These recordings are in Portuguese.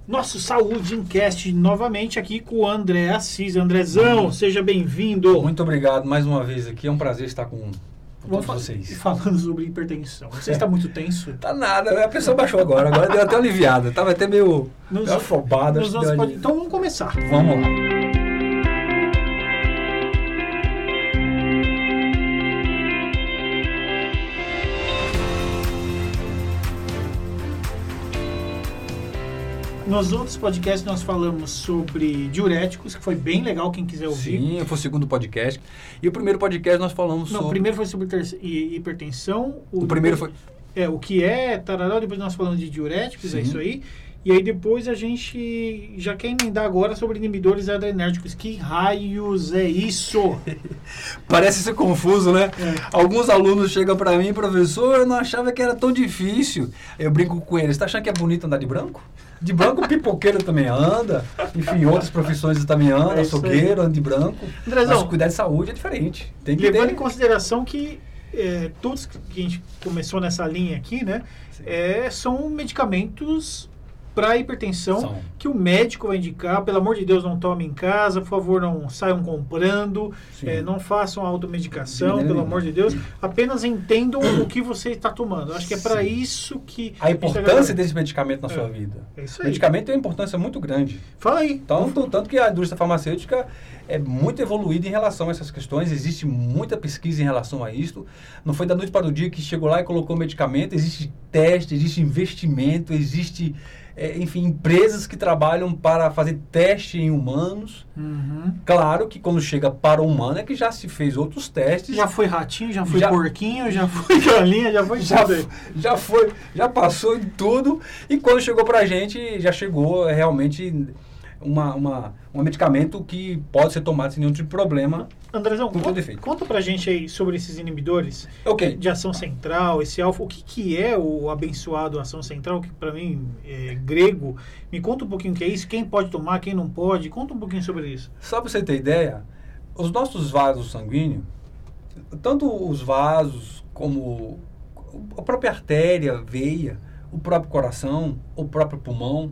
Nosso Saúde Incast novamente aqui com o André Assis. Andrezão, seja bem-vindo. Muito obrigado mais uma vez aqui. É um prazer estar com todos vocês. Falando sobre hipertensão. Você está muito tenso? Tá nada, a pressão baixou agora deu até aliviada. Tava até meio afobado. Então vamos começar. Vamos lá. Nos outros podcasts nós falamos sobre diuréticos, que foi bem legal, quem quiser ouvir. Sim, foi o segundo podcast. E o primeiro podcast nós falamos sobre... Não, o primeiro foi sobre hipertensão. O primeiro foi... o que é, tarará, depois nós falamos de diuréticos, Sim. É isso aí. E aí depois a gente já quer emendar agora sobre inibidores adrenérgicos. Que raios é isso? Parece ser confuso, né? É. Alguns alunos chegam pra mim, professor, eu não achava que era tão difícil. Eu brinco com eles, tá achando que é bonito andar de branco? De branco o pipoqueiro também anda, enfim, outras profissões também andam, açougueiro anda de branco. Andrezão, mas cuidar de saúde é diferente. Tem que levando ter... em consideração que todos que a gente começou nessa linha aqui, né? São medicamentos para hipertensão que o médico vai indicar. Pelo amor de Deus, não tome em casa, por favor, não saiam comprando, não façam automedicação, pelo amor de Deus. Apenas entendam o que você está tomando. Eu acho que é para isso que... A importância desse medicamento na sua vida. É isso aí. O medicamento tem uma importância muito grande. Fala aí. Tanto que a indústria farmacêutica é muito evoluída em relação a essas questões. Existe muita pesquisa em relação a isso. Não foi da noite para o dia que chegou lá e colocou o medicamento. Existe teste, existe investimento, existe... enfim, empresas que trabalham para fazer teste em humanos. Uhum. Claro que quando chega para o humano é que já se fez outros testes. Já foi ratinho, já foi porquinho, já foi galinha, já foi tudo. Já passou em tudo. E quando chegou para a gente, já chegou realmente um medicamento que pode ser tomado sem nenhum tipo de problema. Andrezão, conta pra gente aí sobre esses inibidores de ação central, esse alfa. O que é o abençoado ação central, que pra mim é grego? Me conta um pouquinho o que é isso, quem pode tomar, quem não pode. Conta um pouquinho sobre isso. Só pra você ter ideia, os nossos vasos sanguíneos, tanto os vasos como a própria artéria, veia, o próprio coração, o próprio pulmão,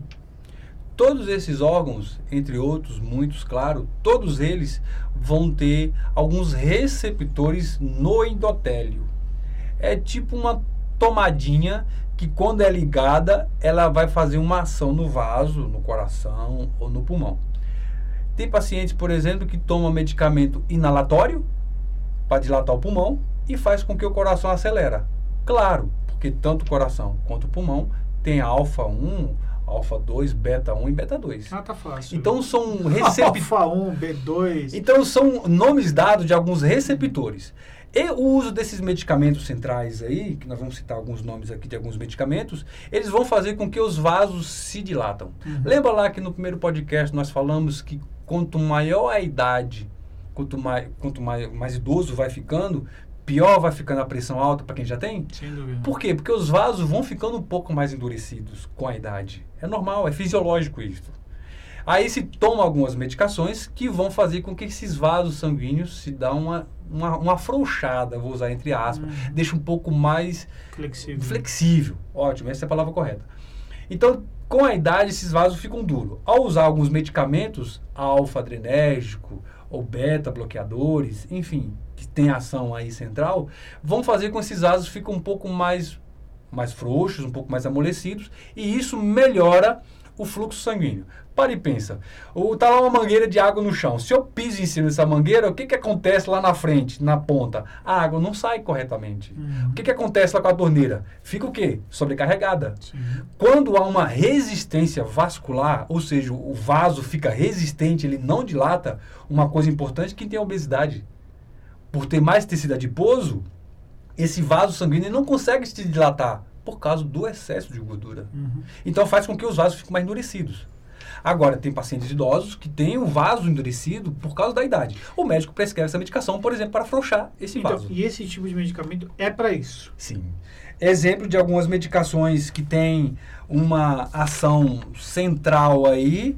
todos esses órgãos, entre outros, muitos, claro, todos eles vão ter alguns receptores no endotélio. É tipo uma tomadinha que, quando é ligada, ela vai fazer uma ação no vaso, no coração ou no pulmão. Tem pacientes, por exemplo, que tomam medicamento inalatório para dilatar o pulmão e faz com que o coração acelera. Claro, porque tanto o coração quanto o pulmão tem alfa 1, alfa 2, beta 1 e beta 2. Ah, tá fácil. Então são receptores. Alfa 1, B2. Então são nomes dados de alguns receptores. E o uso desses medicamentos centrais aí, que nós vamos citar alguns nomes aqui de alguns medicamentos, eles vão fazer com que os vasos se dilatam. Uhum. Lembra lá que no primeiro podcast nós falamos que quanto maior a idade, quanto mais idoso vai ficando, pior vai ficando a pressão alta para quem já tem? Sem dúvida. Por quê? Porque os vasos vão ficando um pouco mais endurecidos com a idade. É normal, é fisiológico isso. Aí se toma algumas medicações que vão fazer com que esses vasos sanguíneos se dão uma afrouxada, vou usar entre aspas, deixa um pouco mais flexível. Ótimo, essa é a palavra correta. Então, com a idade, esses vasos ficam duros. Ao usar alguns medicamentos, alfa-adrenérgico ou beta-bloqueadores, enfim, que tem ação aí central, vão fazer com que esses vasos fiquem um pouco mais frouxos, um pouco mais amolecidos, e isso melhora o fluxo sanguíneo. Para e pensa, tá lá uma mangueira de água no chão. Se eu piso em cima dessa mangueira, o que acontece lá na frente, na ponta? A água não sai corretamente. O que acontece lá com a torneira? Fica o quê? Sobrecarregada. Sim. Quando há uma resistência vascular, ou seja, o vaso fica resistente, ele não dilata, uma coisa importante é que tem a obesidade. Por ter mais tecido adiposo, esse vaso sanguíneo não consegue se dilatar por causa do excesso de gordura. Então faz com que os vasos fiquem mais endurecidos. Agora, tem pacientes idosos que têm o vaso endurecido por causa da idade. O médico prescreve essa medicação, por exemplo, para afrouxar esse vaso. E esse tipo de medicamento é para isso? Sim. Exemplo de algumas medicações que têm uma ação central aí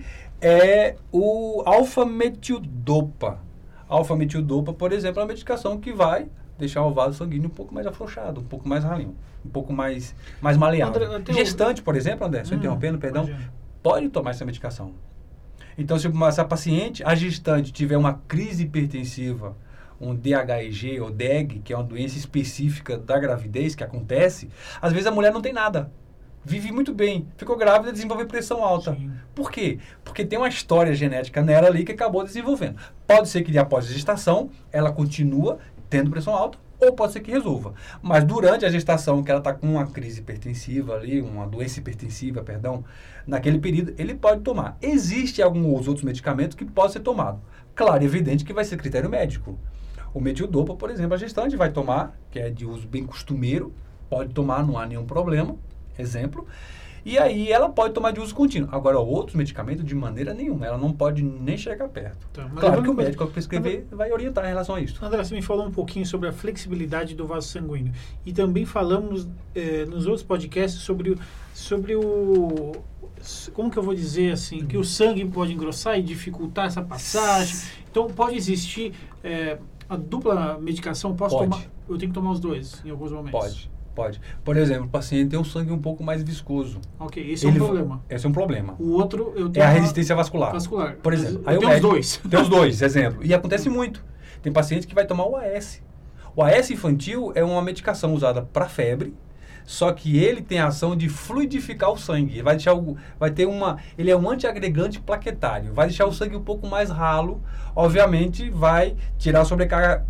é o alfa-metildopa. Alfa-metildopa, por exemplo, é uma medicação que vai deixar o vaso sanguíneo um pouco mais afrouxado, um pouco mais ralinho, um pouco mais maleável. Gestante, por exemplo, André, só interrompendo, perdão, pode tomar essa medicação. Então, se essa paciente, a gestante, tiver uma crise hipertensiva, um DHEG ou DEG, que é uma doença específica da gravidez que acontece, às vezes a mulher não tem nada. Vive muito bem, ficou grávida e desenvolveu pressão alta. Sim. Por quê? Porque tem uma história genética nela ali que acabou desenvolvendo. Pode ser que após a gestação, ela continua tendo pressão alta, ou pode ser que resolva. Mas durante a gestação, que ela está com uma crise hipertensiva ali, uma doença hipertensiva, perdão, naquele período, ele pode tomar. Existem alguns outros medicamentos que podem ser tomados. Claro, é evidente que vai ser critério médico. O metildopa, por exemplo, a gestante vai tomar, que é de uso bem costumeiro, pode tomar, não há nenhum problema. Exemplo, e aí ela pode tomar de uso contínuo. Agora, outros medicamentos, de maneira nenhuma, ela não pode nem chegar perto. Tá, claro que o médico, ao prescrever, vai orientar em relação a isso. André, você me falou um pouquinho sobre a flexibilidade do vaso sanguíneo. E também falamos nos outros podcasts sobre o... Como que eu vou dizer assim? Que o sangue pode engrossar e dificultar essa passagem. Então, pode existir a dupla medicação? Posso tomar? Eu tenho que tomar os dois em alguns momentos? Pode. Por exemplo, o paciente tem um sangue um pouco mais viscoso. Ok, esse é um problema. Esse é um problema. O outro, eu tenho a resistência vascular. Por exemplo. Aí tem os dois. Tem os dois, exemplo. E acontece muito. Tem paciente que vai tomar o AS. O AS infantil é uma medicação usada para febre, só que ele tem a ação de fluidificar o sangue. Ele é um antiagregante plaquetário. Vai deixar o sangue um pouco mais ralo. Obviamente, vai sobrecarregar.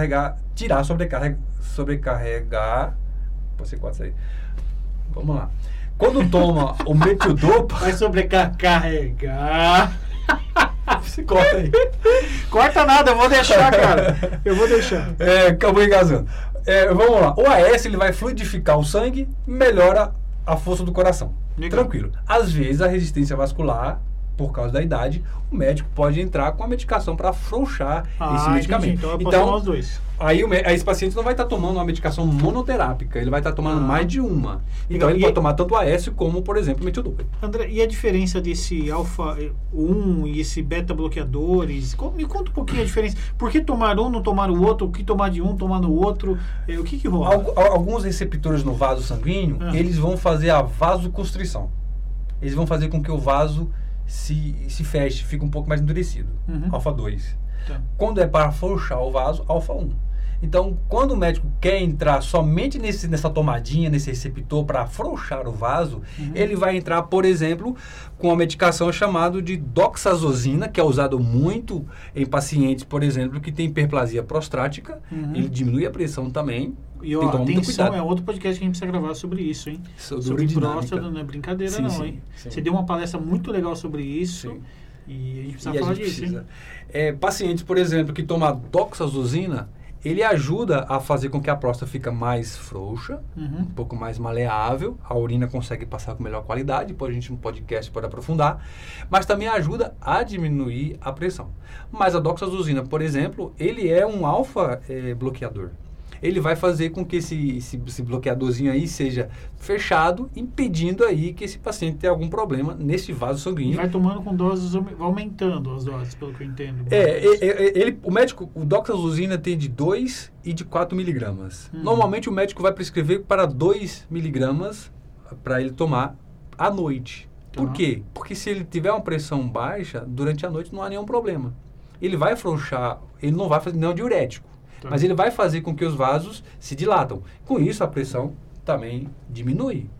Você pode sair. Vamos lá. Quando toma o metildopa... Vai sobrecarregar. Se corta aí. Corta nada, eu vou deixar, cara. Eu vou deixar. Acabou engasgando. Vamos lá. O AS ele vai fluidificar o sangue e melhora a força do coração. Legal. Tranquilo. Às vezes, a resistência vascular, por causa da idade, o médico pode entrar com a medicação para afrouxar esse medicamento. Então, eu posso tomar os dois. Aí esse paciente não vai estar tomando uma medicação monoterápica, ele vai estar tomando mais de uma. Então, ele pode tomar tanto AS como, por exemplo, metildopa. André, e a diferença desse alfa-1 e esse beta-bloqueadores? Me conta um pouquinho a diferença. Por que tomar um, não tomar o outro? O que tomar de um, tomar no outro? O que rola? Alguns receptores no vaso sanguíneo, eles vão fazer a vasoconstrição. Eles vão fazer com que o vaso se feche, fica um pouco mais endurecido. Alfa 2. Tá. Quando é para afrouxar o vaso, alfa 1. Então, quando o médico quer entrar somente nessa tomadinha, nesse receptor para afrouxar o vaso, ele vai entrar, por exemplo, com uma medicação chamada de doxazosina, que é usado muito em pacientes, por exemplo, que tem hiperplasia prostática. Ele diminui a pressão também. E atenção, é outro podcast que a gente precisa gravar sobre isso, hein? Sobre próstata, não é brincadeira hein? Sim. Você deu uma palestra muito legal sobre isso. Sim. E a gente precisa falar disso, hein? Pacientes, por exemplo, que tomam doxazosina, ele ajuda a fazer com que a próstata fique mais frouxa, um pouco mais maleável, a urina consegue passar com melhor qualidade, depois a gente no podcast pode aprofundar, mas também ajuda a diminuir a pressão. Mas a doxazosina, por exemplo, ele é um alfa bloqueador. Ele vai fazer com que esse bloqueadorzinho aí seja fechado, impedindo aí que esse paciente tenha algum problema nesse vaso sanguíneo. E vai tomando com doses, aumentando as doses, pelo que eu entendo. O médico, o doxazosina tem de 2 e de 4 miligramas. Normalmente o médico vai prescrever para 2 miligramas para ele tomar à noite. Por quê? Porque se ele tiver uma pressão baixa, durante a noite não há nenhum problema. Ele vai afrouxar, ele não vai fazer nenhum diurético. Mas ele vai fazer com que os vasos se dilatam. Com isso, a pressão também diminui.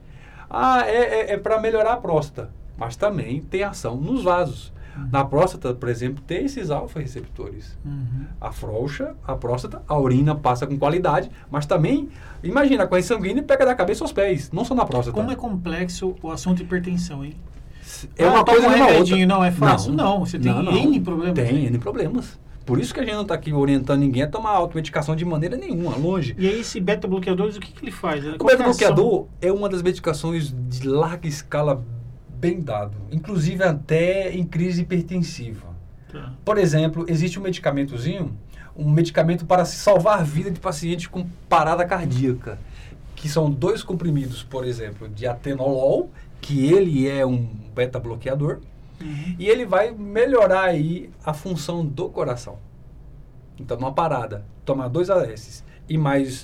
É para melhorar a próstata, mas também tem ação nos vasos. Na próstata, por exemplo, tem esses alfa-receptores. Afrouxa a próstata, a urina passa com qualidade, mas também, imagina, a corrente sanguínea pega da cabeça aos pés, não só na próstata. Como é complexo o assunto de hipertensão, hein? Uma coisa um remedinho, não é fácil? Não, você tem N problemas. Tem N problemas. Por isso que a gente não está aqui orientando ninguém a tomar automedicação de maneira nenhuma, longe. E aí esse beta-bloqueadores, o que ele faz? O beta-bloqueador é uma das medicações de larga escala bem dado, inclusive até em crise hipertensiva. Por exemplo, existe um medicamento para salvar a vida de pacientes com parada cardíaca, que são 2 comprimidos, por exemplo, de atenolol, que ele é um beta-bloqueador, e ele vai melhorar aí a função do coração. Então, numa parada, tomar 2 AS e mais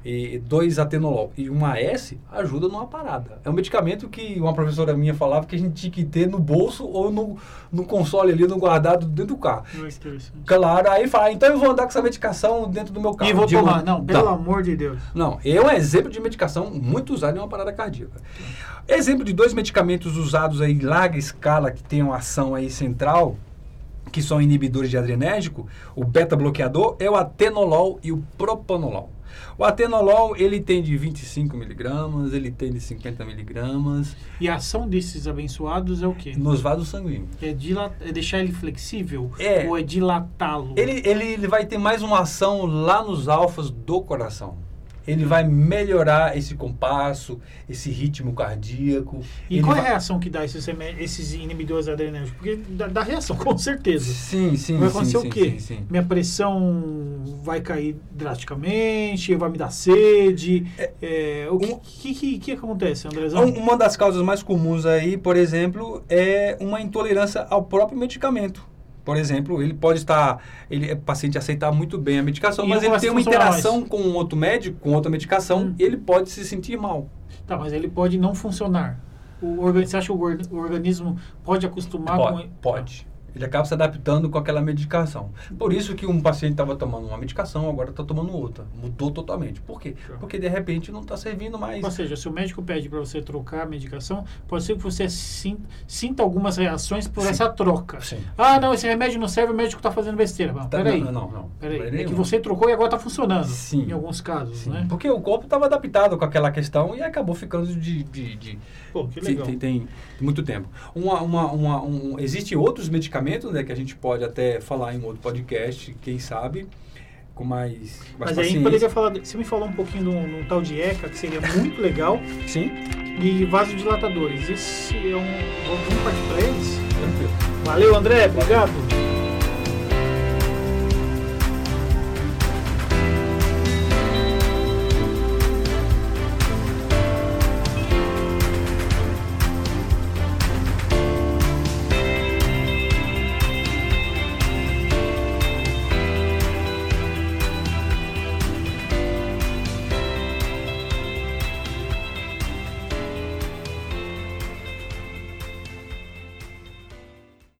2-atenolol e 1-AS ajuda numa parada. É um medicamento que uma professora minha falava que a gente tinha que ter no bolso ou no console ali, no guardado dentro do carro. Claro, aí fala, então eu vou andar com essa medicação dentro do meu carro. E vou tomar. Não, pelo amor de Deus. Não, é um exemplo de medicação muito usada em uma parada cardíaca. Exemplo de 2 medicamentos usados aí em larga escala que tem uma ação aí central, que são inibidores de adrenérgico, o beta-bloqueador é o atenolol e o propanolol. O atenolol, ele tem de 25 miligramas, ele tem de 50 miligramas. E a ação desses abençoados é o quê? Nos vasos sanguíneos. É deixar ele flexível? É. Ou é dilatá-lo? Ele vai ter mais uma ação lá nos alfas do coração. Ele vai melhorar esse compasso, esse ritmo cardíaco. E qual é a reação que dá esses inibidores adrenérgicos? Porque dá reação, com certeza. Sim. Vai acontecer o quê? Sim. Minha pressão vai cair drasticamente, vai me dar sede. O que acontece, Andrezão? Uma das causas mais comuns aí, por exemplo, é uma intolerância ao próprio medicamento. Por exemplo, ele pode estar, o paciente aceitar muito bem a medicação, mas ele tem uma interação com outro médico, com outra medicação, e ele pode se sentir mal. Tá, mas ele pode não funcionar. Você acha que o organismo pode acostumar com... Pode. Ele acaba se adaptando com aquela medicação. Por isso que um paciente estava tomando uma medicação, agora está tomando outra. Mudou totalmente. Por quê? Porque, de repente, não está servindo mais. Ou seja, se o médico pede para você trocar a medicação, pode ser que você sinta algumas reações por essa troca. Sim. Ah, não, esse remédio não serve, o médico está fazendo besteira. Peraí. Não. Peraí. É que você trocou e agora está funcionando. Sim. Em alguns casos, Sim. né? Porque o corpo estava adaptado com aquela questão e acabou ficando Pô, que legal. Tem muito tempo. Existem outros medicamentos, né, que a gente pode até falar em outro podcast, quem sabe, com mais Mas aí poderia falar, você me falou um pouquinho num tal de ECA, que seria muito legal. Sim. E vasodilatadores. Esse é vamos partir para eles? Tranquilo. Valeu, André. Obrigado.